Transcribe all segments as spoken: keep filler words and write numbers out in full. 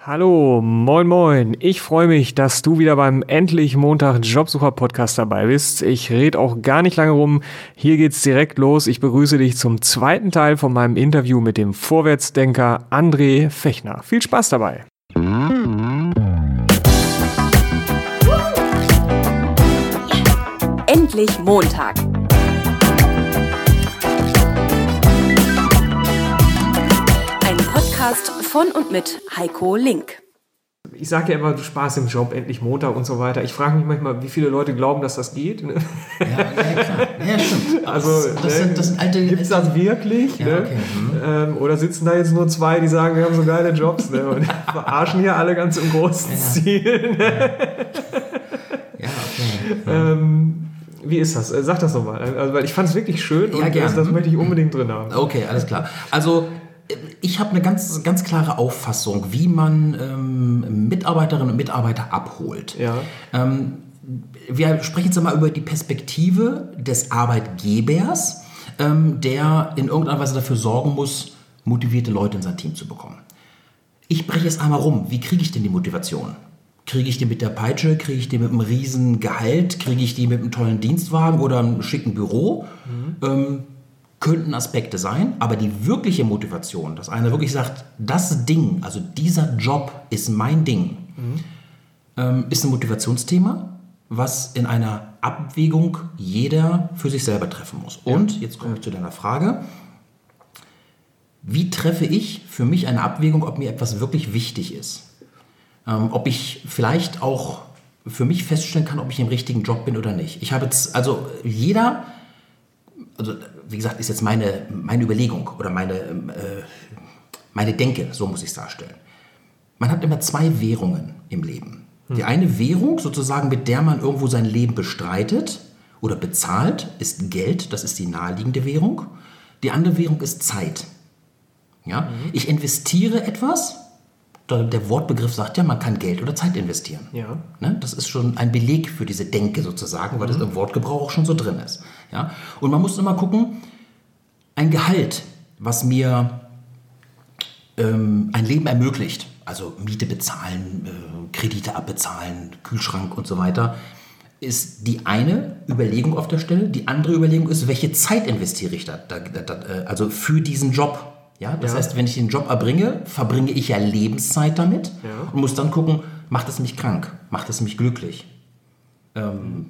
Hallo, moin moin. Ich freue mich, dass du wieder beim Endlich Montag Jobsucher Podcast dabei bist. Ich rede auch gar nicht lange rum. Hier geht's direkt los. Ich begrüße dich zum zweiten Teil von meinem Interview mit dem Vorwärtsdenker André Fechner. Viel Spaß dabei. Endlich Montag. Ein Podcast von und mit Heiko Link. Ich sage ja immer, du Spaß im Job, endlich Montag und so weiter. Ich frage mich manchmal, wie viele Leute glauben, dass das geht. Ja, ja, klar. Ja, stimmt. Also, das, das, sind, das sind alte... Gibt es das wirklich? Ja, ne? okay. Mhm. ähm, oder sitzen da jetzt nur zwei, die sagen, wir haben so geile Jobs, ne? Und verarschen hier alle ganz im großen ja. Stil. Ne? Ja, okay. Ja. Ähm, wie ist das? Sag das nochmal. Also, weil ich fand es wirklich schön und ja, das, das möchte ich unbedingt drin haben. Okay, alles klar. Also ich habe eine ganz, ganz klare Auffassung, wie man ähm, Mitarbeiterinnen und Mitarbeiter abholt. Ja. Ähm, wir sprechen jetzt mal über die Perspektive des Arbeitgebers, ähm, der in irgendeiner Weise dafür sorgen muss, motivierte Leute in sein Team zu bekommen. Ich breche es einmal rum. Wie kriege ich denn die Motivation? Kriege ich die mit der Peitsche? Kriege ich die mit einem riesen Gehalt? Kriege ich die mit einem tollen Dienstwagen oder einem schicken Büro? Mhm. Ähm, könnten Aspekte sein, aber die wirkliche Motivation, dass einer wirklich sagt, das Ding, also dieser Job ist mein Ding, mhm. ähm, ist ein Motivationsthema, was in einer Abwägung jeder für sich selber treffen muss. Ja. Und, jetzt komme ich zu deiner Frage, wie treffe ich für mich eine Abwägung, ob mir etwas wirklich wichtig ist? Ähm, ob ich vielleicht auch für mich feststellen kann, ob ich im richtigen Job bin oder nicht. Ich habe jetzt, also jeder, also wie gesagt, ist jetzt meine, meine Überlegung oder meine, äh, meine Denke, so muss ich es darstellen. Man hat immer zwei Währungen im Leben. Hm. Die eine Währung, sozusagen, mit der man irgendwo sein Leben bestreitet oder bezahlt, ist Geld, das ist die naheliegende Währung. Die andere Währung ist Zeit. Ja? Mhm. Ich investiere etwas. Der Wortbegriff sagt ja, man kann Geld oder Zeit investieren. Ja. Ne? Das ist schon ein Beleg für diese Denke sozusagen, weil mhm. das im Wortgebrauch auch schon so drin ist. Ja? Und man muss immer gucken, ein Gehalt, was mir ähm, ein Leben ermöglicht, also Miete bezahlen, äh, Kredite abbezahlen, Kühlschrank und so weiter, ist die eine Überlegung auf der Stelle. Die andere Überlegung ist, welche Zeit investiere ich da, da, da, da also für diesen Job. Ja, das ja. heißt, wenn ich den Job erbringe, verbringe ich ja Lebenszeit damit ja. und muss dann gucken, macht es mich krank, macht es mich glücklich, ähm,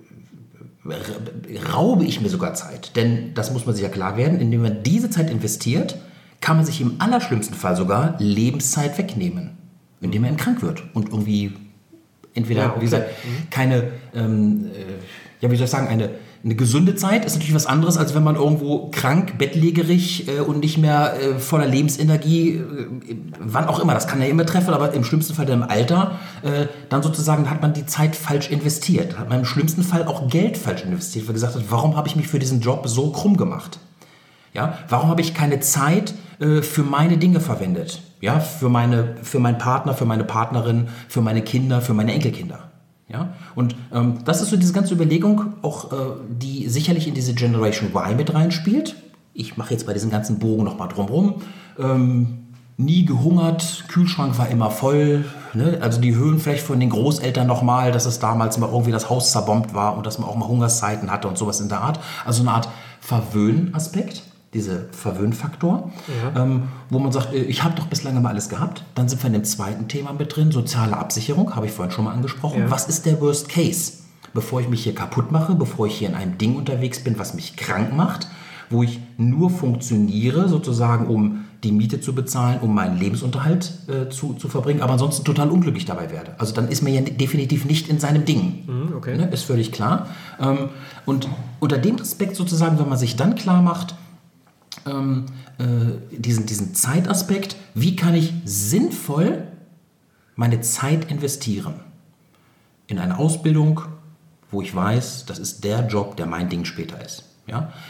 raube ich mir sogar Zeit, denn das muss man sich ja klar werden, indem man diese Zeit investiert, kann man sich im allerschlimmsten Fall sogar Lebenszeit wegnehmen, indem man krank wird und irgendwie entweder, ja, okay. wie gesagt, mhm. keine, ähm, ja, wie soll ich sagen, eine Eine gesunde Zeit ist natürlich was anderes, als wenn man irgendwo krank, bettlägerig äh, und nicht mehr äh, voller Lebensenergie, äh, wann auch immer, das kann ja immer treffen, aber im schlimmsten Fall dann im Alter, äh, dann sozusagen hat man die Zeit falsch investiert. Hat man im schlimmsten Fall auch Geld falsch investiert, weil man gesagt hat, warum habe ich mich für diesen Job so krumm gemacht? Ja, warum habe ich keine Zeit äh, für meine Dinge verwendet? Ja, für, meine, für meinen Partner, für meine Partnerin, für meine Kinder, für meine Enkelkinder. Ja? Und ähm, das ist so diese ganze Überlegung, auch äh, die sicherlich in diese Generation Y mit reinspielt. Ich mache jetzt bei diesem ganzen Bogen nochmal drumherum. Ähm, nie gehungert, Kühlschrank war immer voll. Ne? Also die Höhenfläche von den Großeltern nochmal, dass es damals mal irgendwie das Haus zerbombt war und dass man auch mal Hungerszeiten hatte und sowas in der Art. Also eine Art Verwöhnaspekt. Dieser Verwöhnfaktor, ja. ähm, wo man sagt, ich habe doch bislang immer alles gehabt. Dann sind wir in dem zweiten Thema mit drin, soziale Absicherung, habe ich vorhin schon mal angesprochen. Ja. Was ist der Worst Case? Bevor ich mich hier kaputt mache, bevor ich hier in einem Ding unterwegs bin, was mich krank macht, wo ich nur funktioniere, sozusagen, um die Miete zu bezahlen, um meinen Lebensunterhalt äh, zu, zu verbringen, aber ansonsten total unglücklich dabei werde. Also dann ist man ja definitiv nicht in seinem Ding. Mhm, okay. Ne? Ist völlig klar. Ähm, und unter dem Aspekt sozusagen, wenn man sich dann klar macht, Ähm, äh, diesen, diesen Zeitaspekt, wie kann ich sinnvoll meine Zeit investieren in eine Ausbildung, wo ich weiß, das ist der Job, der mein Ding später ist. Ja?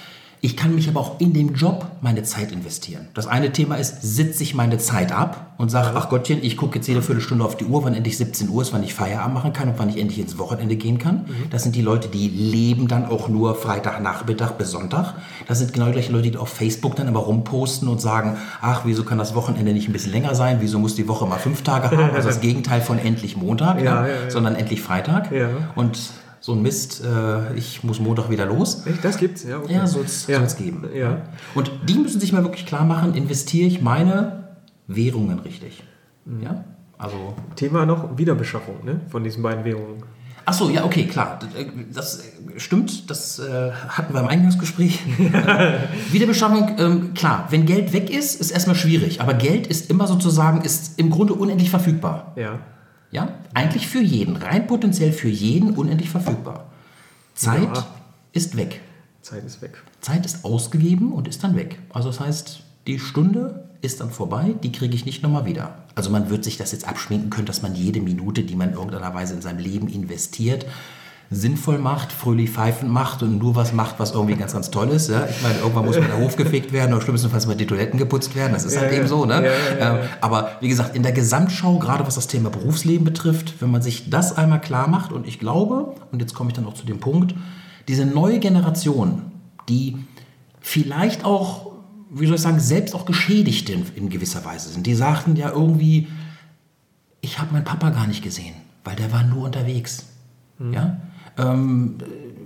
Ich kann mich aber auch in dem Job meine Zeit investieren. Das eine Thema ist, sitze ich meine Zeit ab und sage, ach Gottchen, ich gucke jetzt jede Viertelstunde auf die Uhr, wann endlich siebzehn Uhr ist, wann ich Feierabend machen kann und wann ich endlich ins Wochenende gehen kann. Mhm. Das sind die Leute, die leben dann auch nur Freitagnachmittag bis Sonntag. Das sind genau die gleichen Leute, die auf Facebook dann immer rumposten und sagen, ach, wieso kann das Wochenende nicht ein bisschen länger sein? Wieso muss die Woche mal fünf Tage haben? Also das Gegenteil von endlich Montag, ja, ne? ja, ja. sondern endlich Freitag. Ja. Und so ein Mist, äh, ich muss Montag wieder los. Echt? Das gibt's? Ja, okay. Ja, soll es ja. geben. Ja. Und die müssen sich mal wirklich klar machen, investiere ich meine Währungen richtig? Mhm. Ja? Also Thema noch Wiederbeschaffung, ne? Von diesen beiden Währungen. Ach so, ja, okay, klar. Das stimmt, das äh, hatten wir im Eingangsgespräch. Wiederbeschaffung, ähm, klar, wenn Geld weg ist, ist erstmal schwierig. Aber Geld ist immer sozusagen, ist im Grunde unendlich verfügbar. Ja. Ja, eigentlich für jeden, rein potenziell für jeden unendlich verfügbar. Zeit ja. ist weg. Zeit ist weg. Zeit ist ausgegeben und ist dann weg. Also das heißt, die Stunde ist dann vorbei, die kriege ich nicht nochmal wieder. Also man wird sich das jetzt abschminken können, dass man jede Minute, die man in irgendeiner Weise in seinem Leben investiert, sinnvoll macht, fröhlich pfeifend macht und nur was macht, was irgendwie ganz, ganz toll ist. Ja? Ich meine, irgendwann muss mal der Hof gefegt werden oder schlimmstenfalls mal die Toiletten geputzt werden. Das ist ja, halt ja. eben so. Ne? Ja, ja, ja. Ähm, aber wie gesagt, in der Gesamtschau, gerade was das Thema Berufsleben betrifft, wenn man sich das einmal klar macht und ich glaube, und jetzt komme ich dann auch zu dem Punkt, diese neue Generation, die vielleicht auch, wie soll ich sagen, selbst auch geschädigt in, in gewisser Weise sind, die sagten ja irgendwie, ich habe meinen Papa gar nicht gesehen, weil der war nur unterwegs. Mhm. Ja? Ähm,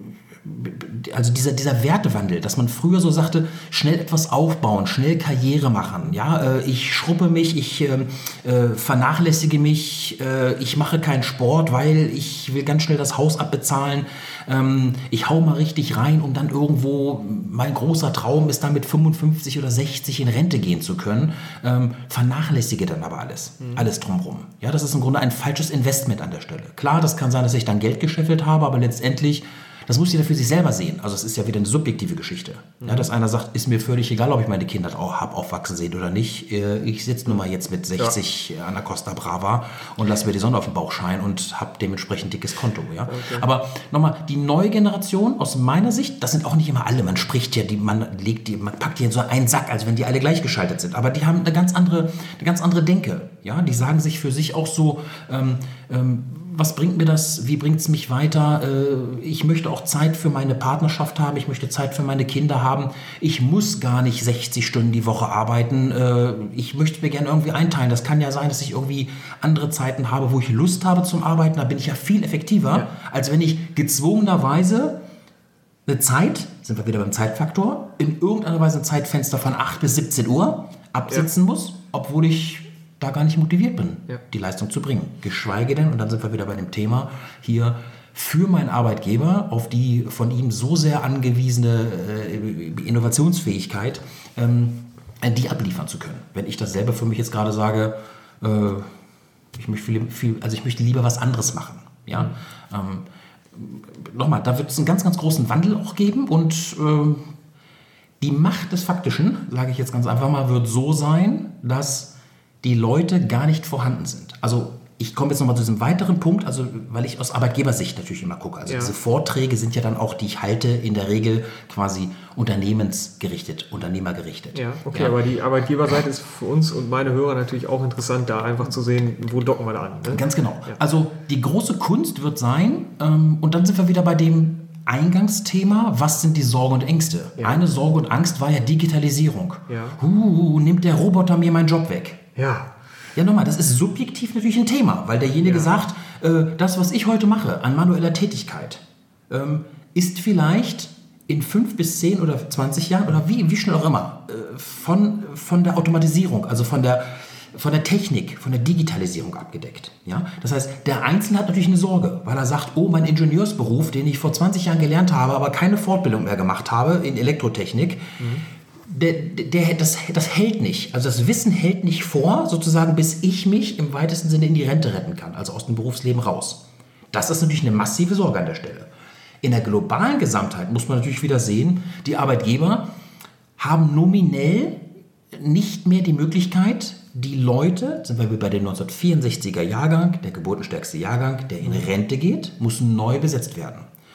also dieser, dieser Wertewandel, dass man früher so sagte, schnell etwas aufbauen, schnell Karriere machen, ja, äh, ich schruppe mich, ich äh, äh, vernachlässige mich, äh, ich mache keinen Sport, weil ich will ganz schnell das Haus abbezahlen, ähm, ich hau mal richtig rein, um dann irgendwo, mein großer Traum ist dann mit fünfundfünfzig oder sechzig in Rente gehen zu können, ähm, vernachlässige dann aber alles, mhm. alles drumherum. Ja, das ist im Grunde ein falsches Investment an der Stelle. Klar, das kann sein, dass ich dann Geld gescheffelt habe, aber letztendlich das muss jeder für sich selber sehen. Also es ist ja wieder eine subjektive Geschichte. Ja, dass einer sagt, ist mir völlig egal, ob ich meine Kinder auch habe aufwachsen sehen oder nicht. Ich sitze nur mal jetzt mit sechzig ja. an der Costa Brava und lasse mir die Sonne auf den Bauch scheinen und habe dementsprechend dickes Konto. Ja? Okay. Aber nochmal, die neue Generation aus meiner Sicht, das sind auch nicht immer alle. Man spricht ja, die, man legt die, man packt die in so einen Sack, als wenn die alle gleichgeschaltet sind. Aber die haben eine ganz andere, eine ganz andere Denke. Ja? Die sagen sich für sich auch so, ähm, ähm, was bringt mir das? Wie bringt es mich weiter? Ich möchte auch Zeit für meine Partnerschaft haben. Ich möchte Zeit für meine Kinder haben. Ich muss gar nicht sechzig Stunden die Woche arbeiten. Ich möchte mir gerne irgendwie einteilen. Das kann ja sein, dass ich irgendwie andere Zeiten habe, wo ich Lust habe zum Arbeiten. Da bin ich ja viel effektiver, ja. als wenn ich gezwungenerweise eine Zeit, sind wir wieder beim Zeitfaktor, in irgendeiner Weise ein Zeitfenster von acht bis siebzehn Uhr absitzen ja. muss, obwohl ich da gar nicht motiviert bin, ja. die Leistung zu bringen. Geschweige denn, und dann sind wir wieder bei dem Thema, hier für meinen Arbeitgeber auf die von ihm so sehr angewiesene äh, Innovationsfähigkeit, ähm, die abliefern zu können. Wenn ich das selber für mich jetzt gerade sage, äh, ich möchte viel, viel, also ich möchte lieber was anderes machen. Ja? Mhm. Ähm, nochmal, da wird es einen ganz, ganz großen Wandel auch geben und äh, die Macht des Faktischen, sage ich jetzt ganz einfach mal, wird so sein, dass die Leute gar nicht vorhanden sind. Also ich komme jetzt nochmal zu diesem weiteren Punkt, also weil ich aus Arbeitgebersicht natürlich immer gucke. Also ja. diese Vorträge sind ja dann auch, die ich halte, in der Regel quasi unternehmensgerichtet, unternehmergerichtet. Ja, okay, ja. aber die Arbeitgeberseite ist für uns und meine Hörer natürlich auch interessant, da einfach zu sehen, wo docken wir da an. Ne? Ganz genau. Ja. Also die große Kunst wird sein, ähm, und dann sind wir wieder bei dem Eingangsthema, was sind die Sorgen und Ängste? Ja. Eine Sorge und Angst war ja Digitalisierung. Ja. Uh, nimmt der Roboter mir meinen Job weg? Ja. Ja, nochmal, das ist subjektiv natürlich ein Thema, weil derjenige ja. sagt, äh, das, was ich heute mache an manueller Tätigkeit, ähm, ist vielleicht in fünf bis zehn oder zwanzig Jahren oder wie, wie schnell auch immer, äh, von, von der Automatisierung, also von der, von der Technik, von der Digitalisierung abgedeckt. Ja? Das heißt, der Einzelne hat natürlich eine Sorge, weil er sagt, oh, mein Ingenieursberuf, den ich vor zwanzig Jahren gelernt habe, aber keine Fortbildung mehr gemacht habe in Elektrotechnik, mhm. Der, der, das, das hält nicht. Also das Wissen hält nicht vor, sozusagen, bis ich mich im weitesten Sinne in die Rente retten kann, also aus dem Berufsleben raus. Das ist natürlich eine massive Sorge an der Stelle. In der globalen Gesamtheit muss man natürlich wieder sehen, die Arbeitgeber haben nominell nicht mehr die Möglichkeit, die Leute, sind wir bei dem neunzehnhundertvierundsechziger Jahrgang, der geburtenstärkste Jahrgang, der in Rente geht, muss neu besetzt werden.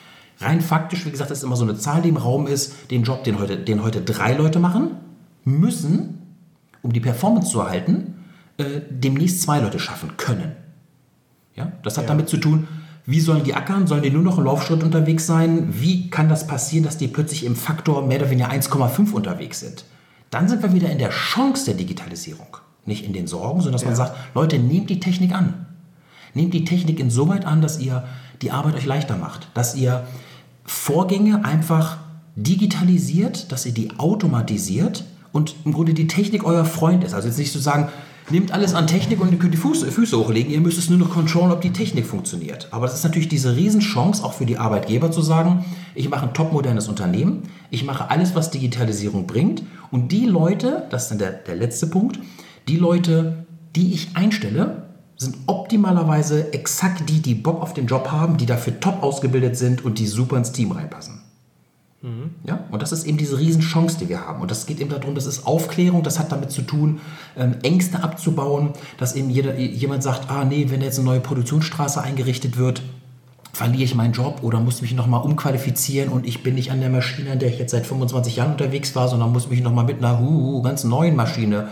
Rein faktisch, wie gesagt, das ist immer so eine Zahl, die im Raum ist, den Job, den heute, den heute drei Leute machen, müssen, um die Performance zu erhalten, äh, demnächst zwei Leute schaffen können. Ja? Das hat ja. damit zu tun, wie sollen die ackern? Sollen die nur noch im Laufschritt unterwegs sein? Wie kann das passieren, dass die plötzlich im Faktor mehr oder weniger eins Komma fünf unterwegs sind? Dann sind wir wieder in der Chance der Digitalisierung. Nicht in den Sorgen, sondern dass ja. man sagt, Leute, nehmt die Technik an. Nehmt die Technik insoweit an, dass ihr die Arbeit euch leichter macht. Dass ihr Vorgänge einfach digitalisiert, dass ihr die automatisiert und im Grunde die Technik euer Freund ist. Also jetzt nicht zu sagen, nehmt alles an Technik und ihr könnt die Fuß, Füße hochlegen, ihr müsst es nur noch kontrollieren, ob die Technik funktioniert. Aber das ist natürlich diese Riesenchance auch für die Arbeitgeber zu sagen, ich mache ein topmodernes Unternehmen, ich mache alles, was Digitalisierung bringt und die Leute, das ist dann der, der letzte Punkt, die Leute, die ich einstelle, sind optimalerweise exakt die, die Bock auf den Job haben, die dafür top ausgebildet sind und die super ins Team reinpassen. Mhm. Ja? Und das ist eben diese Riesenchance, die wir haben. Und das geht eben darum, das ist Aufklärung, das hat damit zu tun, ähm, Ängste abzubauen, dass eben jeder, jemand sagt, ah nee, wenn jetzt eine neue Produktionsstraße eingerichtet wird, verliere ich meinen Job oder muss mich nochmal umqualifizieren und ich bin nicht an der Maschine, an der ich jetzt seit fünfundzwanzig Jahren unterwegs war, sondern muss mich nochmal mit einer uh, ganz neuen Maschine,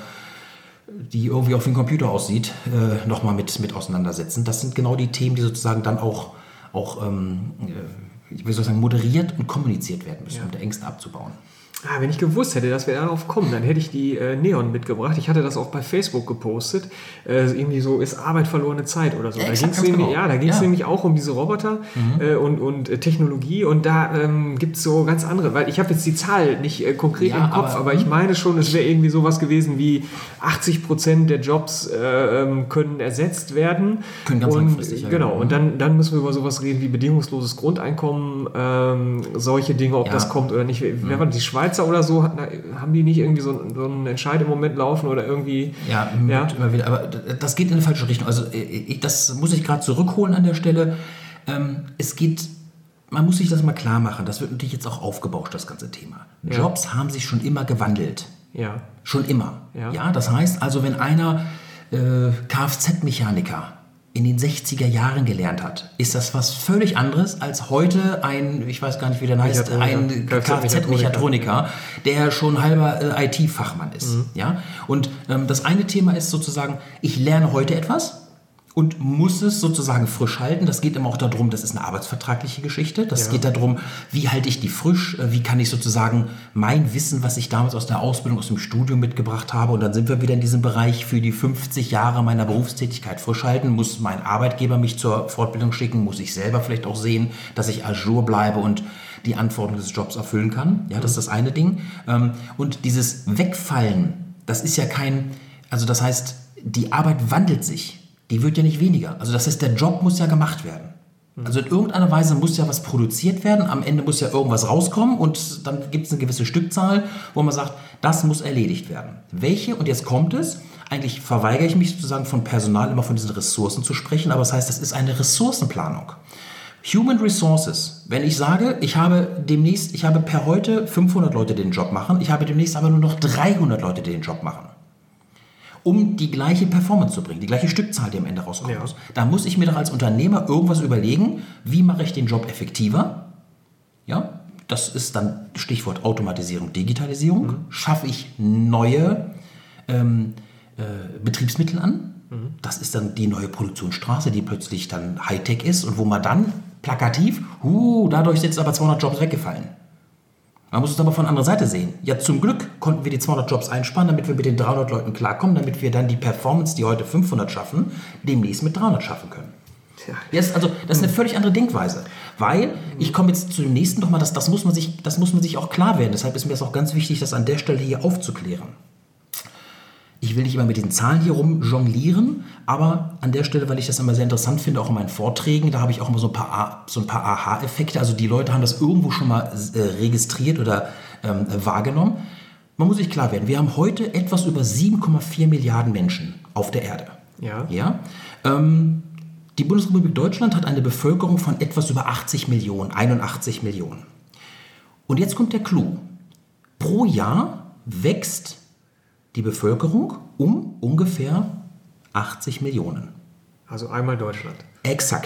die irgendwie auf dem Computer aussieht, äh, nochmal mit, mit auseinandersetzen. Das sind genau die Themen, die sozusagen dann auch, auch ähm, ich will so sagen, moderiert und kommuniziert werden müssen, ja. um die Ängste abzubauen. Ah, wenn ich gewusst hätte, dass wir darauf kommen, dann hätte ich die äh, Neon mitgebracht. Ich hatte das auch bei Facebook gepostet. Äh, irgendwie so, ist Arbeit verlorene Zeit oder so. Ja, da ging es nämlich, genau. ja, da ging's ja. nämlich auch um diese Roboter mhm. äh, und, und äh, Technologie. Und da ähm, gibt es so ganz andere, weil ich habe jetzt die Zahl nicht äh, konkret ja, im Kopf, aber, aber ich meine schon, es wäre irgendwie sowas gewesen wie achtzig Prozent der Jobs äh, können ersetzt werden. Können ganz und, langfristig. Genau, und dann, dann müssen wir über sowas reden wie bedingungsloses Grundeinkommen, ähm, solche Dinge, ob ja. das kommt oder nicht. Wer mhm. war die Schweiz? Oder so, haben die nicht irgendwie so, so einen Entscheid im Moment laufen oder irgendwie... Ja, ja. immer wieder, aber das geht in eine falsche Richtung. Also ich, das muss ich gerade zurückholen an der Stelle. Ähm, es geht, man muss sich das mal klar machen, das wird natürlich jetzt auch aufgebauscht, das ganze Thema. Ja. Jobs haben sich schon immer gewandelt. Ja. Schon immer. Ja. Ja, das heißt also, wenn einer äh, Kfz-Mechaniker in den sechziger Jahren gelernt hat, ist das was völlig anderes als heute ein, ich weiß gar nicht, wie der heißt, ein Kfz-Mechatroniker, der schon halber äh, I T-Fachmann ist. Mhm. Ja? Und ähm, das eine Thema ist sozusagen, ich lerne heute etwas und muss es sozusagen frisch halten. Das geht immer auch darum, das ist eine arbeitsvertragliche Geschichte. Das ja. geht darum, wie halte ich die frisch, wie kann ich sozusagen mein Wissen, was ich damals aus der Ausbildung, aus dem Studium mitgebracht habe, und dann sind wir wieder in diesem Bereich für die fünfzig Jahre meiner Berufstätigkeit frisch halten. Muss mein Arbeitgeber mich zur Fortbildung schicken, muss ich selber vielleicht auch sehen, dass ich à jour bleibe und die Anforderungen des Jobs erfüllen kann. Ja, das ist das eine Ding. Und dieses Wegfallen, das ist ja kein, also das heißt, die Arbeit wandelt sich. Die wird ja nicht weniger. Also das heißt, der Job muss ja gemacht werden. Also in irgendeiner Weise muss ja was produziert werden. Am Ende muss ja irgendwas rauskommen und dann gibt es eine gewisse Stückzahl, wo man sagt, das muss erledigt werden. Welche? Und jetzt kommt es. Eigentlich verweigere ich mich sozusagen von Personal immer von diesen Ressourcen zu sprechen, aber das heißt, das ist eine Ressourcenplanung. Human Resources. Wenn ich sage, ich habe demnächst, ich habe per heute fünfhundert Leute, die den Job machen, ich habe demnächst aber nur noch dreihundert Leute, die den Job machen, um die gleiche Performance zu bringen, die gleiche Stückzahl, die am Ende rauskommen ja. muss. Da muss ich mir doch als Unternehmer irgendwas überlegen, wie mache ich den Job effektiver? Ja, das ist dann Stichwort Automatisierung, Digitalisierung. Mhm. Schaffe ich neue ähm, äh, Betriebsmittel an? Mhm. Das ist dann die neue Produktionsstraße, die plötzlich dann Hightech ist und wo man dann plakativ, huh, dadurch sind jetzt aber zweihundert Jobs weggefallen. Man muss es aber von anderer Seite sehen. Ja, zum Glück konnten wir die zweihundert Jobs einsparen, damit wir mit den dreihundert Leuten klarkommen, damit wir dann die Performance, die heute fünfhundert schaffen, demnächst mit dreihundert schaffen können. Ja. Jetzt, also, das ist eine völlig andere Denkweise. Weil, ich komme jetzt zu dem nächsten nochmal, das, das, muss man sich, das muss man sich auch klar werden. Deshalb ist mir das auch ganz wichtig, das an der Stelle hier aufzuklären. Ich will nicht immer mit den Zahlen hier rumjonglieren, aber an der Stelle, weil ich das immer sehr interessant finde, auch in meinen Vorträgen, da habe ich auch immer so ein paar, so ein paar Aha-Effekte. Also die Leute haben das irgendwo schon mal äh, registriert oder ähm, wahrgenommen. Man muss sich klar werden, wir haben heute etwas über sieben Komma vier Milliarden Menschen auf der Erde. Ja. Ja? Ähm, die Bundesrepublik Deutschland hat eine Bevölkerung von etwas über achtzig Millionen, einundachtzig Millionen. Und jetzt kommt der Clou. Pro Jahr wächst die Bevölkerung um ungefähr achtzig Millionen. Also einmal Deutschland. Exakt.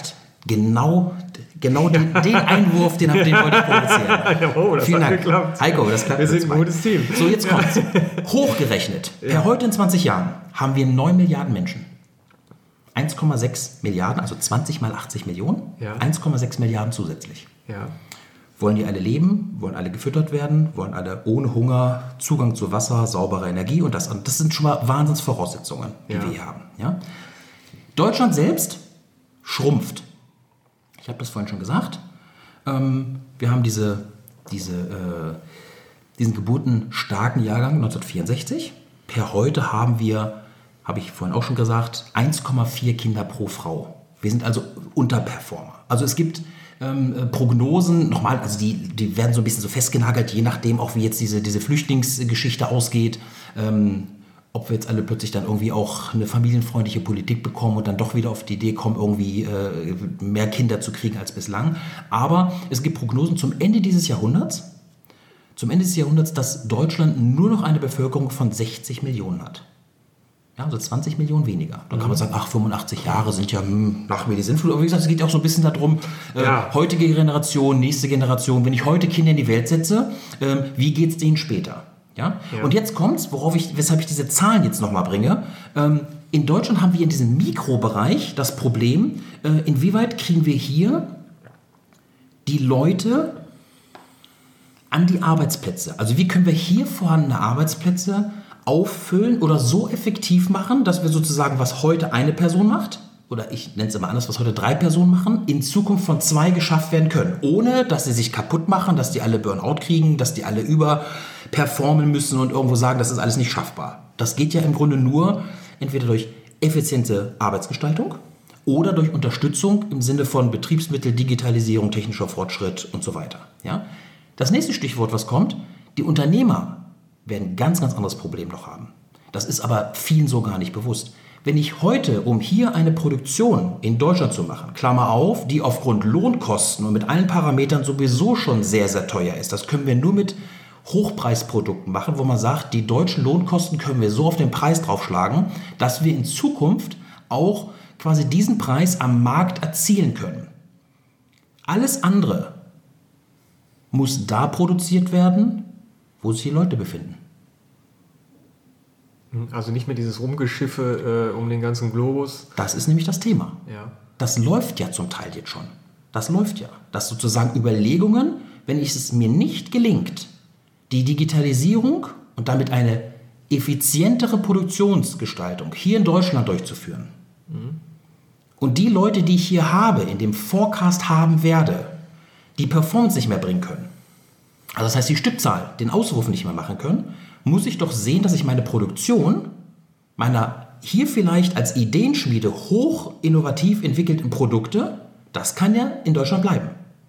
Genau, genau den, den Einwurf, den, den wollte ich provozieren. Oh, das Vielen hat Dank. geklappt. Heiko, das klappt. Wir sind ein gutes Team. So, jetzt kommt's. Hochgerechnet, per heute in zwanzig Jahren haben wir neun Milliarden Menschen. eins Komma sechs Milliarden, also zwanzig mal achtzig Millionen, Ja. eins Komma sechs Milliarden zusätzlich. Ja. Wollen die alle leben, wollen alle gefüttert werden, wollen alle ohne Hunger Zugang zu Wasser, sauberer Energie und das, und das sind schon mal Wahnsinnsvoraussetzungen, die Ja. wir hier haben. Ja? Deutschland selbst schrumpft. Ich habe das vorhin schon gesagt. Ähm, wir haben diese, diese, äh, diesen geburtenstarken Jahrgang neunzehnhundertvierundsechzig. Per heute haben wir, habe ich vorhin auch schon gesagt, eins Komma vier Kinder pro Frau. Wir sind also Unterperformer. Also es gibt ähm, Prognosen, nochmal, also die, die werden so ein bisschen so festgenagelt, je nachdem auch wie jetzt diese, diese Flüchtlingsgeschichte ausgeht, ähm, ob wir jetzt alle plötzlich dann irgendwie auch eine familienfreundliche Politik bekommen und dann doch wieder auf die Idee kommen, irgendwie äh, mehr Kinder zu kriegen als bislang. Aber es gibt Prognosen zum Ende dieses Jahrhunderts, zum Ende des Jahrhunderts, dass Deutschland nur noch eine Bevölkerung von sechzig Millionen hat. Ja, also zwanzig Millionen weniger. Dann kann man sagen, ach, fünfundachtzig Jahre sind ja hm, nach mir die Sinnflut. Aber wie gesagt, es geht auch so ein bisschen darum, äh, Ja. heutige Generation, nächste Generation, wenn ich heute Kinder in die Welt setze, äh, wie geht es denen später? Ja? Ja. Und jetzt kommt's, worauf ich, weshalb ich diese Zahlen jetzt nochmal bringe. Ähm, in Deutschland haben wir in diesem Mikrobereich das Problem, äh, inwieweit kriegen wir hier die Leute an die Arbeitsplätze. Also wie können wir hier vorhandene Arbeitsplätze auffüllen oder so effektiv machen, dass wir sozusagen, was heute eine Person macht, oder ich nenne es immer anders, was heute drei Personen machen, in Zukunft von zwei geschafft werden können. Ohne, dass sie sich kaputt machen, dass die alle Burnout kriegen, dass die alle überperformen müssen und irgendwo sagen, das ist alles nicht schaffbar. Das geht ja im Grunde nur entweder durch effiziente Arbeitsgestaltung oder durch Unterstützung im Sinne von Betriebsmittel, Digitalisierung, technischer Fortschritt und so weiter. Ja? Das nächste Stichwort, was kommt, die Unternehmer werden ein ganz, ganz anderes Problem noch haben. Das ist aber vielen so gar nicht bewusst. Wenn ich heute, um hier eine Produktion in Deutschland zu machen, Klammer auf, die aufgrund Lohnkosten und mit allen Parametern sowieso schon sehr, sehr teuer ist, das können wir nur mit Hochpreisprodukten machen, wo man sagt, die deutschen Lohnkosten können wir so auf den Preis draufschlagen, dass wir in Zukunft auch quasi diesen Preis am Markt erzielen können. Alles andere muss da produziert werden, wo sich die Leute befinden. Also nicht mehr dieses Rumgeschiffe äh, um den ganzen Globus. Das ist nämlich das Thema. Ja. Das läuft ja zum Teil jetzt schon. Das läuft ja. Dass sozusagen Überlegungen, wenn es mir nicht gelingt, die Digitalisierung und damit eine effizientere Produktionsgestaltung hier in Deutschland durchzuführen. Mhm. Und die Leute, die ich hier habe, in dem Forecast haben werde, die Performance nicht mehr bringen können. Also das heißt, die Stückzahl, den Auswurf nicht mehr machen können, muss ich doch sehen, dass ich meine Produktion meiner hier vielleicht als Ideenschmiede hoch innovativ entwickelten Produkte, das kann ja in Deutschland bleiben,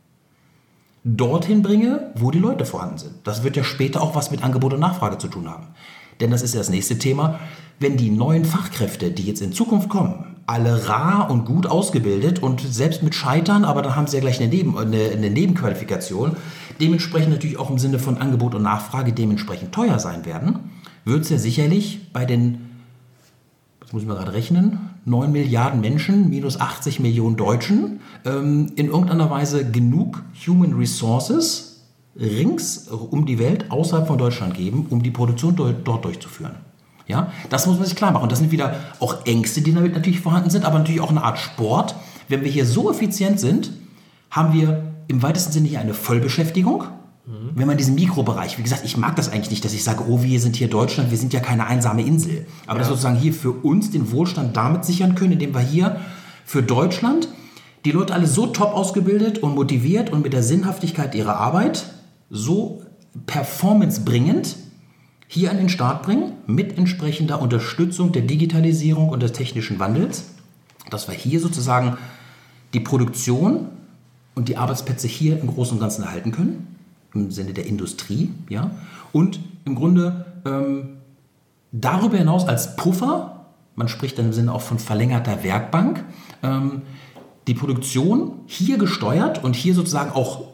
dorthin bringe, wo die Leute vorhanden sind. Das wird ja später auch was mit Angebot und Nachfrage zu tun haben. Denn das ist ja das nächste Thema. Wenn die neuen Fachkräfte, die jetzt in Zukunft kommen, alle rar und gut ausgebildet und selbst mit Scheitern, aber dann haben sie ja gleich eine, Neben, eine, eine Nebenqualifikation, dementsprechend natürlich auch im Sinne von Angebot und Nachfrage dementsprechend teuer sein werden, wird es ja sicherlich bei den, das muss ich mal gerade rechnen, neun Milliarden Menschen minus achtzig Millionen Deutschen ähm, in irgendeiner Weise genug Human Resources rings um die Welt außerhalb von Deutschland geben, um die Produktion do- dort durchzuführen. Ja, das muss man sich klar machen. Und das sind wieder auch Ängste, die damit natürlich vorhanden sind, aber natürlich auch eine Art Sport. Wenn wir hier so effizient sind, haben wir im weitesten Sinne hier eine Vollbeschäftigung. Mhm. Wenn man diesen Mikrobereich, wie gesagt, ich mag das eigentlich nicht, dass ich sage, oh, wir sind hier Deutschland, wir sind ja keine einsame Insel. Aber ja, dass wir sozusagen hier für uns den Wohlstand damit sichern können, indem wir hier für Deutschland die Leute alle so top ausgebildet und motiviert und mit der Sinnhaftigkeit ihrer Arbeit so performancebringend hier an den Start bringen, mit entsprechender Unterstützung der Digitalisierung und des technischen Wandels, dass wir hier sozusagen die Produktion und die Arbeitsplätze hier im Großen und Ganzen erhalten können, im Sinne der Industrie, ja, und im Grunde ähm, darüber hinaus als Puffer, man spricht dann im Sinne auch von verlängerter Werkbank, ähm, die Produktion hier gesteuert und hier sozusagen auch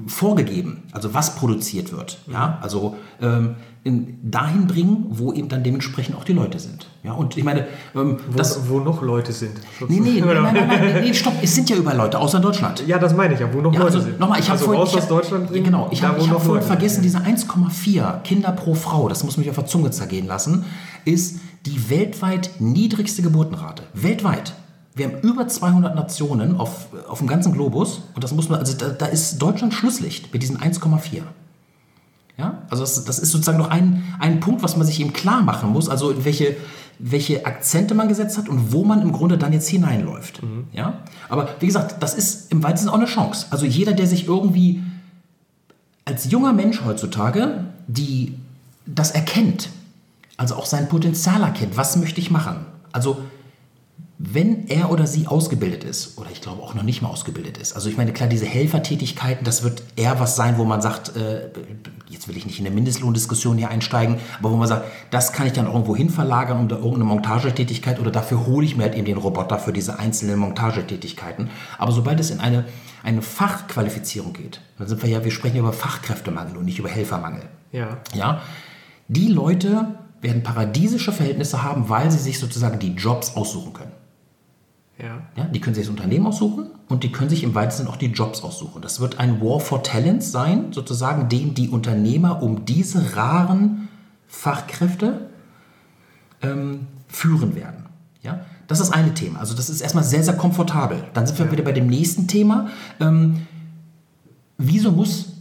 vorgegeben, also was produziert wird. Ja? Also ähm, in, dahin bringen, wo eben dann dementsprechend auch die Leute sind. Ja? Und ich meine, ähm, wo, das, wo noch Leute sind. Nee, nee, nein, nein, nein, nein, nee, stopp, es sind ja überall Leute, außer in Deutschland. Ja, das meine ich ja, wo noch ja, Leute also, sind. Nochmal, ich habe also vorhin, raus ich aus hab, Deutschland bringen, genau, ich habe hab vorhin vergessen, sind. diese eins Komma vier Kinder pro Frau, das muss mich auf der Zunge zergehen lassen, ist die weltweit niedrigste Geburtenrate. Weltweit. Wir haben über zweihundert Nationen auf, auf dem ganzen Globus und das muss man, also da, da ist Deutschland Schlusslicht mit diesen eins Komma vier. Ja, also das, das ist sozusagen noch ein, ein Punkt, was man sich eben klar machen muss, also welche, welche Akzente man gesetzt hat und wo man im Grunde dann jetzt hineinläuft. Mhm. Ja, aber wie gesagt, das ist im weitesten auch eine Chance. Also jeder, der sich irgendwie als junger Mensch heutzutage, die das erkennt, also auch sein Potenzial erkennt, was möchte ich machen? Also wenn er oder sie ausgebildet ist, oder ich glaube auch noch nicht mal ausgebildet ist, also ich meine, klar, diese Helfertätigkeiten, das wird eher was sein, wo man sagt, äh, jetzt will ich nicht in eine Mindestlohndiskussion hier einsteigen, aber wo man sagt, das kann ich dann irgendwo hin verlagern, um da irgendeine Montagetätigkeit, oder dafür hole ich mir halt eben den Roboter für diese einzelnen Montagetätigkeiten. Aber sobald es in eine, eine Fachqualifizierung geht, dann sind wir ja, wir sprechen ja über Fachkräftemangel und nicht über Helfermangel. Ja. Ja, die Leute werden paradiesische Verhältnisse haben, weil sie sich sozusagen die Jobs aussuchen können. Ja. Ja, die können sich das Unternehmen aussuchen und die können sich im weitesten auch die Jobs aussuchen. Das wird ein War for Talents sein, sozusagen, den die Unternehmer um diese raren Fachkräfte ähm, führen werden. Ja? Das ist das eine Thema. Also das ist erstmal sehr, sehr komfortabel. Dann sind wir ja. wieder bei dem nächsten Thema. Ähm, wieso muss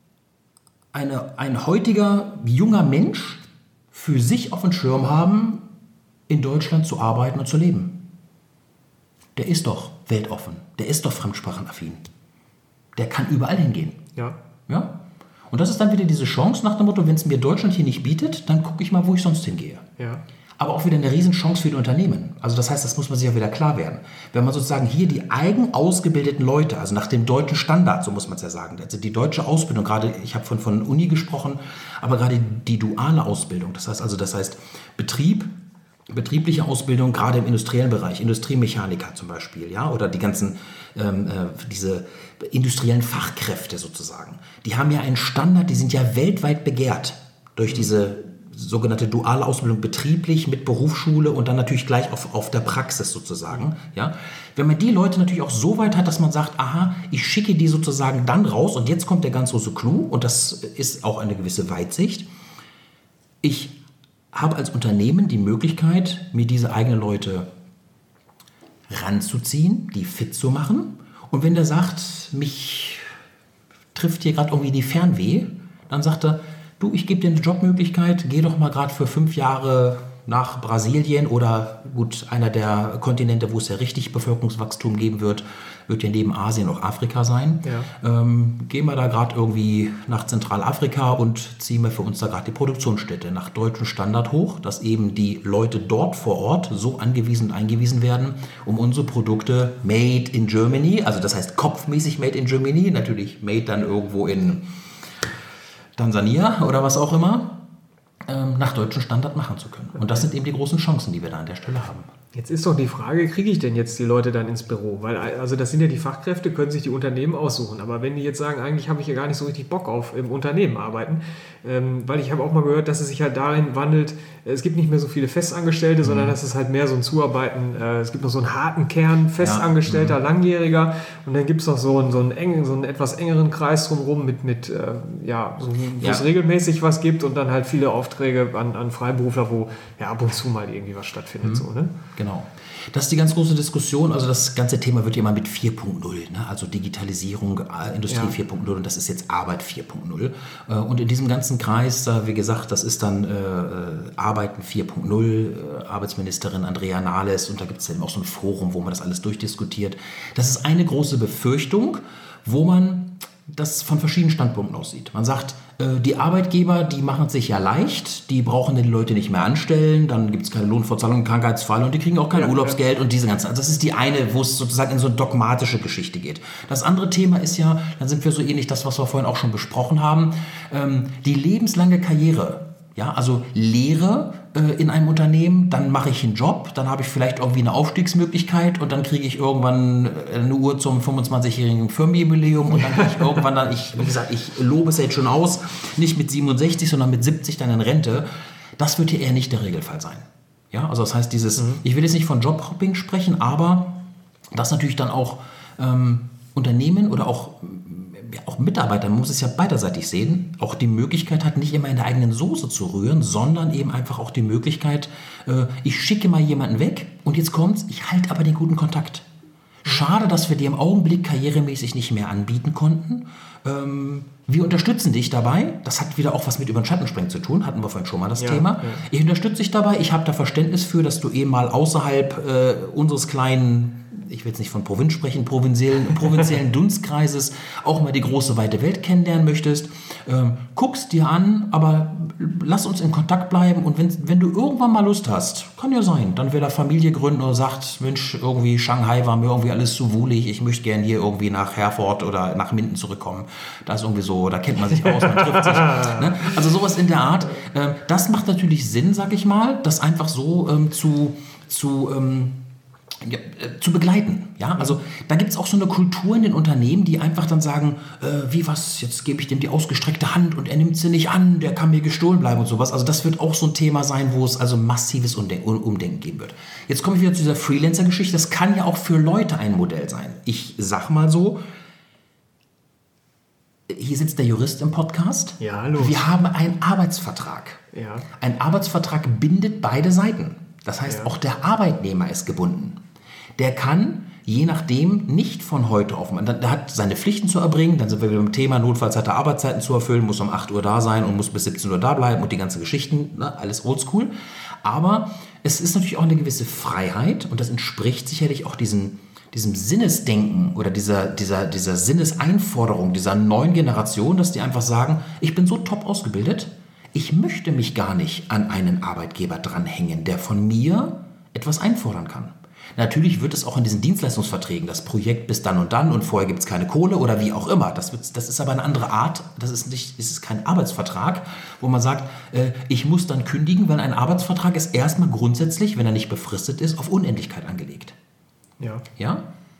eine, ein heutiger junger Mensch für sich auf dem Schirm haben, in Deutschland zu arbeiten und zu leben? Der ist doch weltoffen, der ist doch fremdsprachenaffin. Der kann überall hingehen. Ja. Ja? Und das ist dann wieder diese Chance nach dem Motto, wenn es mir Deutschland hier nicht bietet, dann gucke ich mal, wo ich sonst hingehe. Ja. Aber auch wieder eine Riesenchance für die Unternehmen. Also das heißt, das muss man sich ja wieder klar werden. Wenn man sozusagen hier die eigen ausgebildeten Leute, also nach dem deutschen Standard, so muss man es ja sagen, also die deutsche Ausbildung, gerade, ich habe von, von Uni gesprochen, aber gerade die duale Ausbildung, das heißt also, das heißt Betrieb, betriebliche Ausbildung, gerade im industriellen Bereich, Industriemechaniker zum Beispiel, ja, oder die ganzen, ähm, äh, diese industriellen Fachkräfte sozusagen, die haben ja einen Standard, die sind ja weltweit begehrt durch diese sogenannte duale Ausbildung, betrieblich mit Berufsschule und dann natürlich gleich auf, auf der Praxis sozusagen, ja. Wenn man die Leute natürlich auch so weit hat, dass man sagt, aha, ich schicke die sozusagen dann raus und jetzt kommt der ganz große Clou und das ist auch eine gewisse Weitsicht, ich habe als Unternehmen die Möglichkeit, mir diese eigenen Leute ranzuziehen, die fit zu machen. Und wenn der sagt, mich trifft hier gerade irgendwie die Fernweh, dann sagt er, du, ich gebe dir eine Jobmöglichkeit, geh doch mal gerade für fünf Jahre nach Brasilien oder gut, einer der Kontinente, wo es ja richtig Bevölkerungswachstum geben wird, wird ja neben Asien auch Afrika sein. Ja. Ähm, gehen wir da gerade irgendwie nach Zentralafrika und ziehen wir für uns da gerade die Produktionsstätte nach deutschem Standard hoch, dass eben die Leute dort vor Ort so angewiesen und eingewiesen werden, um unsere Produkte made in Germany, also das heißt kopfmäßig made in Germany, natürlich made dann irgendwo in Tansania oder was auch immer, nach deutschem Standard machen zu können. Und das sind eben die großen Chancen, die wir da an der Stelle haben. Jetzt ist doch die Frage, kriege ich denn jetzt die Leute dann ins Büro? Weil, also das sind ja die Fachkräfte, können sich die Unternehmen aussuchen. Aber wenn die jetzt sagen, eigentlich habe ich ja gar nicht so richtig Bock auf im Unternehmen arbeiten, ähm, weil ich habe auch mal gehört, dass es sich halt darin wandelt, es gibt nicht mehr so viele Festangestellte, mhm. sondern das ist halt mehr so ein Zuarbeiten. Äh, es gibt noch so einen harten Kern, Festangestellter, ja. mhm. Langjähriger und dann gibt es noch so einen, so einen, engen, so einen etwas engeren Kreis drumherum, mit, mit, äh, ja, so, wo ja. es regelmäßig was gibt und dann halt viele Aufträge an, an Freiberufler, wo ja ab und zu mal irgendwie was stattfindet. Mhm. So, ne? Genau. Das ist die ganz große Diskussion. Also das ganze Thema wird ja immer mit vier Punkt null, ne? Also Digitalisierung, Industrie ja. vier Punkt null und das ist jetzt Arbeit vier Punkt null. Und in diesem ganzen Kreis, wie gesagt, das ist dann äh, Arbeiten vier Punkt null, Arbeitsministerin Andrea Nahles und da gibt es eben auch so ein Forum, wo man das alles durchdiskutiert. Das ist eine große Befürchtung, wo man das von verschiedenen Standpunkten aussieht. Man sagt, äh, die Arbeitgeber, die machen es sich ja leicht, die brauchen die Leute nicht mehr anstellen, dann gibt es keine Lohnfortzahlung, Krankheitsfall und die kriegen auch kein ja, Urlaubsgeld ja. und diese ganzen. Also das ist die eine, wo es sozusagen in so eine dogmatische Geschichte geht. Das andere Thema ist ja, dann sind wir so ähnlich das, was wir vorhin auch schon besprochen haben, ähm, die lebenslange Karriere Ja, also Lehre äh, in einem Unternehmen, dann mache ich einen Job, dann habe ich vielleicht irgendwie eine Aufstiegsmöglichkeit und dann kriege ich irgendwann eine Uhr zum fünfundzwanzigjährigen Firmenjubiläum und dann kriege ich irgendwann dann, ich, wie gesagt, ich lobe es jetzt schon aus, nicht mit siebenundsechzig, sondern mit siebzig dann in Rente. Das wird hier eher nicht der Regelfall sein. Ja, also das heißt, dieses, mhm. ich will jetzt nicht von Jobhopping sprechen, aber dass natürlich dann auch ähm, Unternehmen oder auch Ja, auch Mitarbeiter, man muss es ja beiderseitig sehen, auch die Möglichkeit hat, nicht immer in der eigenen Soße zu rühren, sondern eben einfach auch die Möglichkeit, äh, ich schicke mal jemanden weg und jetzt kommt's, ich halte aber den guten Kontakt. Schade, dass wir dir im Augenblick karrieremäßig nicht mehr anbieten konnten. Ähm, wir unterstützen dich dabei. Das hat wieder auch was mit über den Schattenspringen zu tun, hatten wir vorhin schon mal das ja, Thema. Ja. Ich unterstütze dich dabei, ich habe da Verständnis für, dass du eben mal außerhalb äh, unseres kleinen, ich will jetzt nicht von Provinz sprechen, provinziellen, provinziellen Dunstkreises auch mal die große, weite Welt kennenlernen möchtest. Ähm, guck's dir an, aber lass uns in Kontakt bleiben und wenn, wenn du irgendwann mal Lust hast, kann ja sein, dann will er Familie gründen oder sagt, Mensch, irgendwie Shanghai war mir irgendwie alles zu wohlig, ich möchte gerne hier irgendwie nach Herford oder nach Minden zurückkommen. Da ist irgendwie so, da kennt man sich aus, man trifft sich. Ne? Also sowas in der Art. Ähm, das macht natürlich Sinn, sag ich mal, das einfach so ähm, zu... zu ähm, Ja, äh, zu begleiten. Ja? Also da gibt es auch so eine Kultur in den Unternehmen, die einfach dann sagen, äh, wie was, jetzt gebe ich dem die ausgestreckte Hand und er nimmt sie nicht an, der kann mir gestohlen bleiben und sowas. Also das wird auch so ein Thema sein, wo es also massives Umden- Umdenken geben wird. Jetzt komme ich wieder zu dieser Freelancer-Geschichte. Das kann ja auch für Leute ein Modell sein. Ich sag mal so, hier sitzt der Jurist im Podcast. Ja, hallo. Wir haben einen Arbeitsvertrag. Ja. Ein Arbeitsvertrag bindet beide Seiten. Das heißt, ja. auch der Arbeitnehmer ist gebunden. Der kann, je nachdem, nicht von heute auf morgen, der hat seine Pflichten zu erbringen, dann sind wir wieder beim Thema, notfalls hat er Arbeitszeiten zu erfüllen, muss um acht Uhr da sein und muss bis siebzehn Uhr da bleiben und die ganzen Geschichten, ne, alles oldschool. Aber es ist natürlich auch eine gewisse Freiheit und das entspricht sicherlich auch diesem, diesem Sinnesdenken oder dieser, dieser, dieser Sinneseinforderung dieser neuen Generation, dass die einfach sagen, ich bin so top ausgebildet, ich möchte mich gar nicht an einen Arbeitgeber dranhängen, der von mir etwas einfordern kann. Natürlich wird es auch in diesen Dienstleistungsverträgen, das Projekt bis dann und dann und vorher gibt es keine Kohle oder wie auch immer. Das, wird, das ist aber eine andere Art, das ist, nicht, das ist kein Arbeitsvertrag, wo man sagt, äh, ich muss dann kündigen, weil ein Arbeitsvertrag ist erstmal grundsätzlich, wenn er nicht befristet ist, auf Unendlichkeit angelegt. Ja. Ja?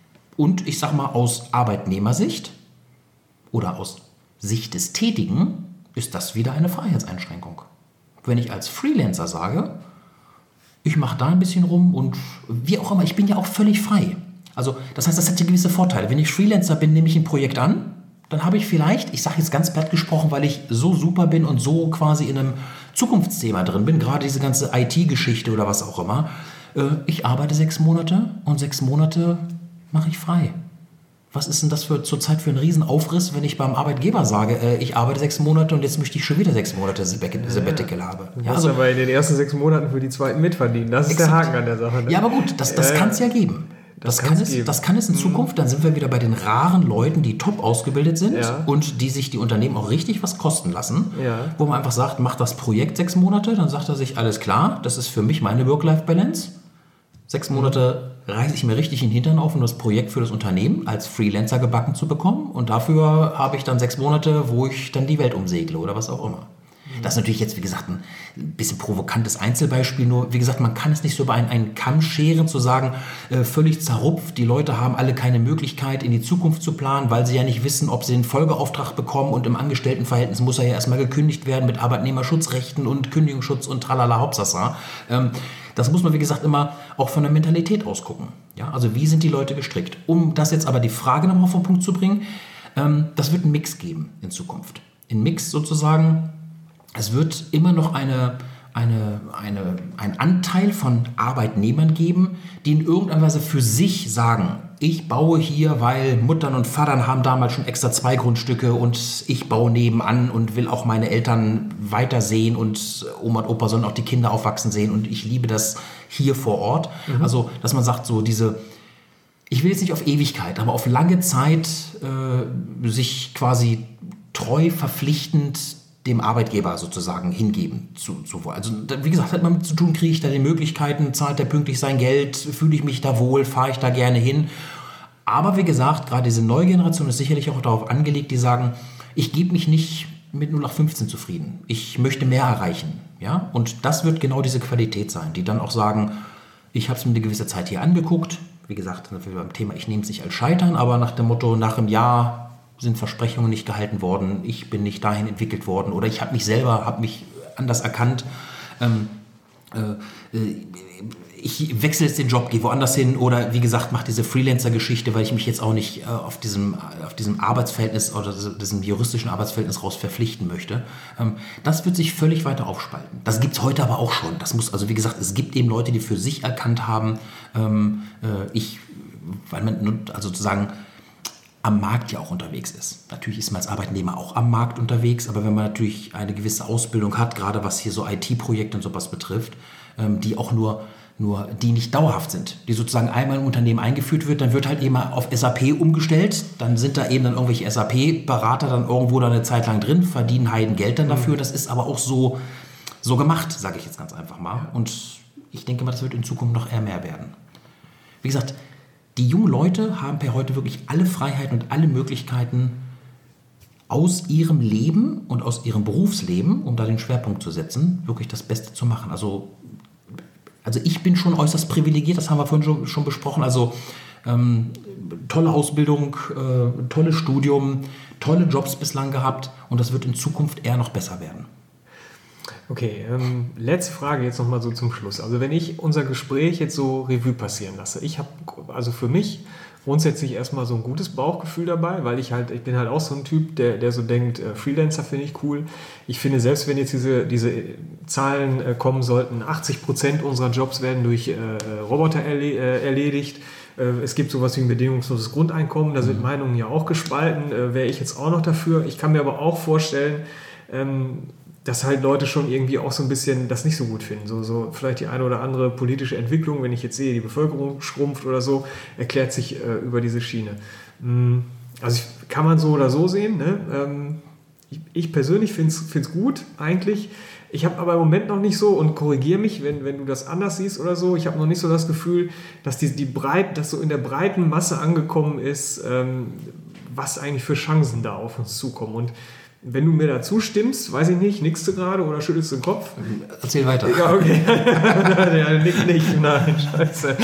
Und ich sag mal, aus Arbeitnehmersicht oder aus Sicht des Tätigen ist das wieder eine Freiheitseinschränkung. Wenn ich als Freelancer sage, ich mache da ein bisschen rum und wie auch immer, ich bin ja auch völlig frei. Also das heißt, das hat ja gewisse Vorteile. Wenn ich Freelancer bin, nehme ich ein Projekt an, dann habe ich vielleicht, ich sage jetzt ganz platt gesprochen, weil ich so super bin und so quasi in einem Zukunftsthema drin bin, gerade diese ganze I T-Geschichte oder was auch immer, äh, ich arbeite sechs Monate und sechs Monate mache ich frei. Was ist denn das für zurzeit für ein Riesenaufriss, wenn ich beim Arbeitgeber sage, äh, ich arbeite sechs Monate und jetzt möchte ich schon wieder sechs Monate Sabbatical ja. habe. Du ja, musst also, aber in den ersten sechs Monaten für die zweiten mitverdienen. Das ist exakt. Der Haken an der Sache. Ne? Ja, aber gut, das, das äh, kann es ja geben. Das, das, kann es, das kann es in Zukunft, dann sind wir wieder bei den raren Leuten, die top ausgebildet sind ja. und die sich die Unternehmen auch richtig was kosten lassen. Ja. Wo man einfach sagt, mach das Projekt sechs Monate, dann sagt er sich, alles klar, das ist für mich meine Work-Life-Balance. Sechs Monate reiße ich mir richtig den Hintern auf, um das Projekt für das Unternehmen als Freelancer gebacken zu bekommen. Und dafür habe ich dann sechs Monate, wo ich dann die Welt umsegle oder was auch immer. Mhm. Das ist natürlich jetzt, wie gesagt, ein bisschen provokantes Einzelbeispiel. Nur, wie gesagt, man kann es nicht so über einen, einen Kamm scheren, zu sagen, äh, völlig zerrupft. Die Leute haben alle keine Möglichkeit, in die Zukunft zu planen, weil sie ja nicht wissen, ob sie den Folgeauftrag bekommen. Und im Angestelltenverhältnis muss er ja erstmal gekündigt werden mit Arbeitnehmerschutzrechten und Kündigungsschutz und tralala Hauptsassa. Ähm, Das muss man, wie gesagt, immer auch von der Mentalität ausgucken. Ja, also wie sind die Leute gestrickt? Um das jetzt aber die Frage nochmal auf den Punkt zu bringen, ähm, das wird einen Mix geben in Zukunft. Ein Mix sozusagen, es wird immer noch eine, eine, eine, einen Anteil von Arbeitnehmern geben, die in irgendeiner Weise für sich sagen, ich baue hier, weil Muttern und Vatern haben damals schon extra zwei Grundstücke und ich baue nebenan und will auch meine Eltern weitersehen und Oma und Opa sollen auch die Kinder aufwachsen sehen und ich liebe das hier vor Ort. Mhm. Also, dass man sagt, so diese, ich will jetzt nicht auf Ewigkeit, aber auf lange Zeit äh, sich quasi treu verpflichtend dem Arbeitgeber sozusagen hingeben zu, zu wollen. Also wie gesagt, hat man mit zu tun, kriege ich da die Möglichkeiten, zahlt der pünktlich sein Geld, fühle ich mich da wohl, fahre ich da gerne hin. Aber wie gesagt, gerade diese neue Generation ist sicherlich auch darauf angelegt, die sagen, ich gebe mich nicht mit null acht fünfzehn zufrieden. Ich möchte mehr erreichen. Ja? Und das wird genau diese Qualität sein, die dann auch sagen, ich habe es mir eine gewisse Zeit hier angeguckt. Wie gesagt, beim Thema, ich nehme es nicht als Scheitern, aber nach dem Motto, nach einem Jahr sind Versprechungen nicht gehalten worden, ich bin nicht dahin entwickelt worden oder ich habe mich selber, habe mich anders erkannt. Ähm, äh, ich wechsle jetzt den Job, gehe woanders hin oder wie gesagt, mache diese Freelancer-Geschichte, weil ich mich jetzt auch nicht äh, auf, diesem, auf diesem Arbeitsverhältnis oder diesem juristischen Arbeitsverhältnis raus verpflichten möchte. Ähm, das wird sich völlig weiter aufspalten. Das gibt es heute aber auch schon. Das muss, also wie gesagt, es gibt eben Leute, die für sich erkannt haben, ähm, äh, ich, weil man also sozusagen am Markt ja auch unterwegs ist. Natürlich ist man als Arbeitnehmer auch am Markt unterwegs, aber wenn man natürlich eine gewisse Ausbildung hat, gerade was hier so I T-Projekte und sowas betrifft, ähm, die auch nur, nur, die nicht dauerhaft sind, die sozusagen einmal im Unternehmen eingeführt wird, dann wird halt eben auf S A P umgestellt, dann sind da eben dann irgendwelche S A P-Berater dann irgendwo da eine Zeit lang drin, verdienen Heidengeld dann dafür, das ist aber auch so, so gemacht, sage ich jetzt ganz einfach mal. Und ich denke mal, das wird in Zukunft noch eher mehr werden. Wie gesagt, die jungen Leute haben per heute wirklich alle Freiheiten und alle Möglichkeiten aus ihrem Leben und aus ihrem Berufsleben, um da den Schwerpunkt zu setzen, wirklich das Beste zu machen. Also, also ich bin schon äußerst privilegiert, das haben wir vorhin schon, schon besprochen. Also ähm, tolle Ausbildung, äh, tolles Studium, tolle Jobs bislang gehabt und das wird in Zukunft eher noch besser werden. Okay, ähm, letzte Frage jetzt nochmal so zum Schluss. Also wenn ich unser Gespräch jetzt so Revue passieren lasse, ich habe also für mich grundsätzlich erstmal so ein gutes Bauchgefühl dabei, weil ich halt, ich bin halt auch so ein Typ, der, der so denkt, äh, Freelancer finde ich cool. Ich finde, selbst wenn jetzt diese, diese Zahlen äh, kommen sollten, achtzig Prozent unserer Jobs werden durch äh, Roboter erle- äh, erledigt. Äh, es gibt sowas wie ein bedingungsloses Grundeinkommen, da sind Meinungen ja auch gespalten, äh, wäre ich jetzt auch noch dafür. Ich kann mir aber auch vorstellen, ähm, dass halt Leute schon irgendwie auch so ein bisschen das nicht so gut finden. So, so vielleicht die eine oder andere politische Entwicklung, wenn ich jetzt sehe, die Bevölkerung schrumpft oder so, erklärt sich äh, über diese Schiene. Also ich, kann man so oder so sehen. Ne? Ähm, ich, ich persönlich finde es gut eigentlich. Ich habe aber im Moment noch nicht so, und korrigiere mich, wenn, wenn du das anders siehst oder so, ich habe noch nicht so das Gefühl, dass die, die Breit, dass so in der breiten Masse angekommen ist, ähm, was eigentlich für Chancen da auf uns zukommen. Und wenn du mir dazu stimmst, weiß ich nicht, nickst du gerade oder schüttelst du den Kopf? Erzähl weiter. Ja, okay. Ja, nick nicht, nein, scheiße.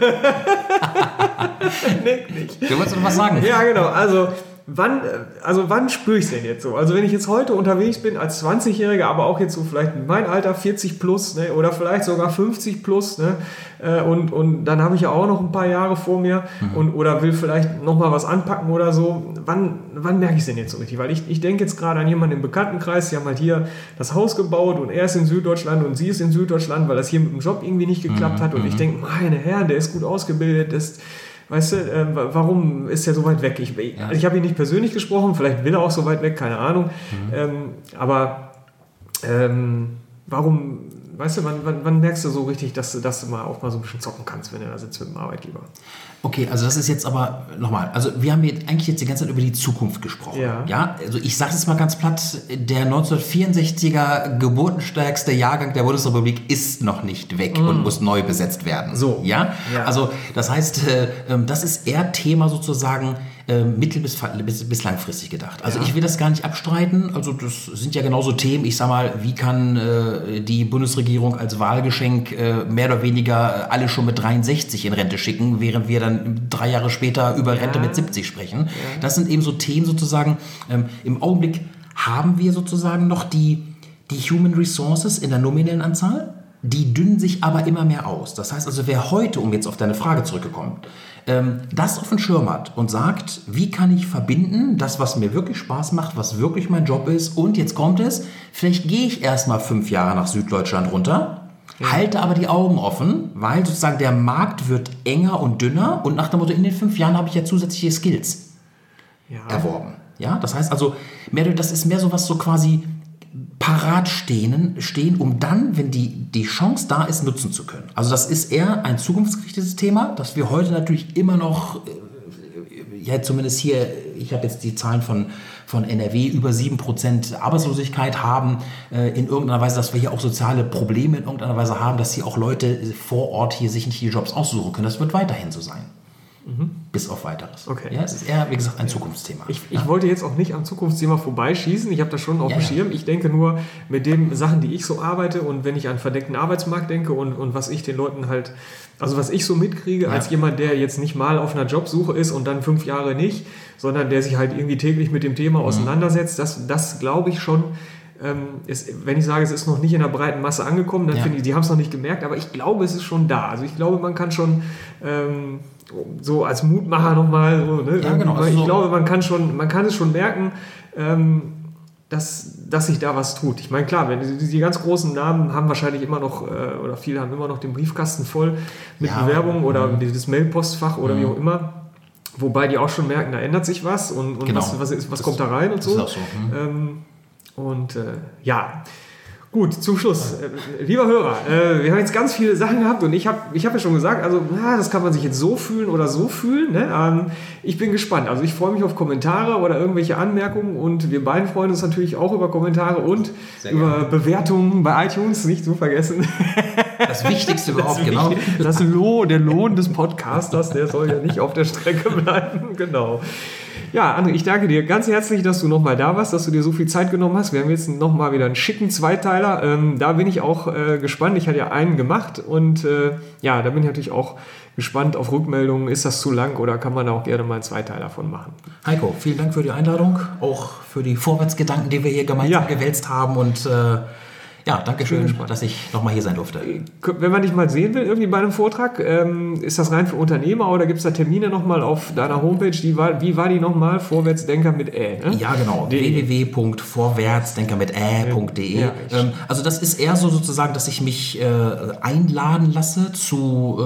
Nick nicht. Du wolltest noch was sagen. Ja, genau, also wann, also wann spüre ich es denn jetzt so? Also wenn ich jetzt heute unterwegs bin als zwanzigjähriger, aber auch jetzt so vielleicht mit meinem Alter vierzig plus, ne, oder vielleicht sogar fünfzig plus, ne, und, und dann habe ich ja auch noch ein paar Jahre vor mir, mhm. und, oder will vielleicht nochmal was anpacken oder so. Wann, wann merke ich es denn jetzt so richtig? Weil ich, ich denke jetzt gerade an jemanden im Bekanntenkreis, die haben halt hier das Haus gebaut und er ist in Süddeutschland und sie ist in Süddeutschland, weil das hier mit dem Job irgendwie nicht geklappt mhm. hat, und mhm. ich denke, meine Herren, der ist gut ausgebildet, ist... Weißt du, äh, warum ist er so weit weg? Ich, ja. ich habe ihn nicht persönlich gesprochen, vielleicht will er auch so weit weg, keine Ahnung. Mhm. Ähm, aber ähm, warum, weißt du, wann, wann, wann merkst du so richtig, dass du, dass du mal auch mal so ein bisschen zocken kannst, wenn du da sitzt mit dem Arbeitgeber? Okay, also das ist jetzt aber, nochmal, also wir haben jetzt eigentlich jetzt die ganze Zeit über die Zukunft gesprochen. Ja. Ja, also ich sage es mal ganz platt, der neunzehnhundertvierundsechziger geburtenstärkste Jahrgang der Bundesrepublik ist noch nicht weg mm. und muss neu besetzt werden. So. Ja? Ja. Also das heißt, äh, das ist eher Thema sozusagen äh, mittel- bis, bis, bis langfristig gedacht. Also ja. ich will das gar nicht abstreiten, also das sind ja genauso Themen, ich sag mal, wie kann äh, die Bundesregierung als Wahlgeschenk äh, mehr oder weniger alle schon mit dreiundsechzig in Rente schicken, während wir dann drei Jahre später über Rente ja. mit siebzig sprechen. Ja. Das sind eben so Themen sozusagen. Ähm, Im Augenblick haben wir sozusagen noch die, die Human Resources in der nominellen Anzahl. Die dünnen sich aber immer mehr aus. Das heißt also, wer heute, um jetzt auf deine Frage zurückzukommen, ähm, das auf den Schirm hat und sagt, wie kann ich verbinden, das, was mir wirklich Spaß macht, was wirklich mein Job ist, und jetzt kommt es, vielleicht gehe ich erstmal fünf Jahre nach Süddeutschland runter, ja. halte aber die Augen offen, weil sozusagen der Markt wird enger und dünner, und nach dem Motto, in den fünf Jahren habe ich ja zusätzliche Skills ja. erworben. Ja, das heißt also, mehr, das ist mehr so was so quasi parat stehen, stehen, um dann, wenn die, die Chance da ist, nutzen zu können. Also das ist eher ein zukunftsgerichtetes Thema, das wir heute natürlich immer noch, ja zumindest hier, ich habe jetzt die Zahlen von, von N R W, über sieben Prozent Arbeitslosigkeit haben, in irgendeiner Weise, dass wir hier auch soziale Probleme in irgendeiner Weise haben, dass hier auch Leute vor Ort hier sich nicht die Jobs aussuchen können. Das wird weiterhin so sein. Mhm. Bis auf Weiteres. Okay. Ja, es ist eher, wie gesagt, ein Zukunftsthema. Ich, ja? ich wollte jetzt auch nicht am Zukunftsthema vorbeischießen. Ich habe das schon auf ja, dem ja. Schirm. Ich denke nur mit den Sachen, die ich so arbeite und wenn ich an verdeckten Arbeitsmarkt denke und, und was ich den Leuten halt, also was ich so mitkriege, ja. als jemand, der jetzt nicht mal auf einer Jobsuche ist und dann fünf Jahre nicht, sondern der sich halt irgendwie täglich mit dem Thema auseinandersetzt, mhm. das, das glaube ich schon. Ist, wenn ich sage, es ist noch nicht in der breiten Masse angekommen, dann ja. finde ich, die haben es noch nicht gemerkt, aber ich glaube, es ist schon da. Also ich glaube, man kann schon ähm, so als Mutmacher nochmal, so, ne? ja, genau, ich also glaube, man kann schon, man kann es schon merken, ähm, dass, dass sich da was tut. Ich meine, klar, wenn die, die ganz großen Namen haben wahrscheinlich immer noch, äh, oder viele haben immer noch den Briefkasten voll mit ja, Bewerbungen oder mhm. das Mailpostfach oder mhm. wie auch immer. Wobei die auch schon merken, da ändert sich was und, und genau. was, was, ist, was kommt da rein und so. Das ist auch so. Mhm. Ähm, Und äh, ja, gut, zum Schluss. Äh, lieber Hörer, äh, wir haben jetzt ganz viele Sachen gehabt und ich habe ich hab ja schon gesagt, also na, das kann man sich jetzt so fühlen oder so fühlen. Ne? Ähm, ich bin gespannt. Also ich freue mich auf Kommentare oder irgendwelche Anmerkungen und wir beiden freuen uns natürlich auch über Kommentare und Sehr über gerne. Bewertungen bei iTunes, nicht zu vergessen. Das Wichtigste überhaupt, das genau. Wichtig, das Lohn, der Lohn des Podcasters, der soll ja nicht auf der Strecke bleiben. Genau. Ja, André, ich danke dir ganz herzlich, dass du nochmal da warst, dass du dir so viel Zeit genommen hast. Wir haben jetzt nochmal wieder einen schicken Zweiteiler. Ähm, da bin ich auch äh, gespannt. Ich hatte ja einen gemacht und äh, ja, da bin ich natürlich auch gespannt auf Rückmeldungen. Ist das zu lang oder kann man da auch gerne mal einen Zweiteiler von machen? Heiko, vielen Dank für die Einladung, auch für die Vorwärtsgedanken, die wir hier gemeinsam ja. gewälzt haben und äh, ja, danke schön, dass ich nochmal hier sein durfte. Wenn man dich mal sehen will, irgendwie bei einem Vortrag, ähm, ist das rein für Unternehmer oder gibt es da Termine nochmal auf deiner Homepage? Die war, wie war die nochmal? Vorwärtsdenker mit Ä, ne? Ja, genau. w w w punkt vorwärtsdenker mit ä punkt de. Ja, ähm, also das ist eher so sozusagen, dass ich mich äh, einladen lasse zu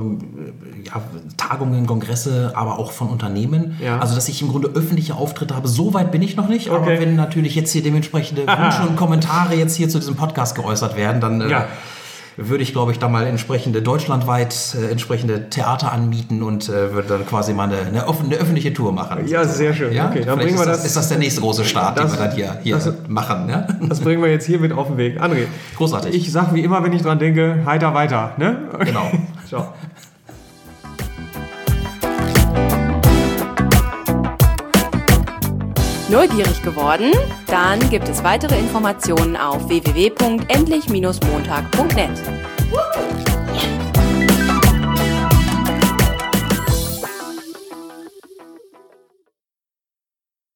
äh, ja, Tagungen, Kongresse, aber auch von Unternehmen. Ja. Also dass ich im Grunde öffentliche Auftritte habe. So weit bin ich noch nicht, okay. aber wenn natürlich jetzt hier dementsprechende Wünsche und Kommentare jetzt hier zu diesem Podcast geäußert werden, dann äh, ja. würde ich, glaube ich, da mal entsprechende deutschlandweit äh, entsprechende Theater anmieten und äh, würde dann quasi mal eine, eine, offene, eine öffentliche Tour machen. Ja, so. Sehr schön. Ja? Okay, dann bringen wir das, ist das der nächste große Start, das, den wir dann hier, hier das, machen. Ja? Das bringen wir jetzt hier mit auf den Weg. André, großartig. Ich sage wie immer, wenn ich dran denke, heiter weiter. Ne? Genau. Ciao. Neugierig geworden? Dann gibt es weitere Informationen auf w w w punkt endlich Bindestrich montag punkt net.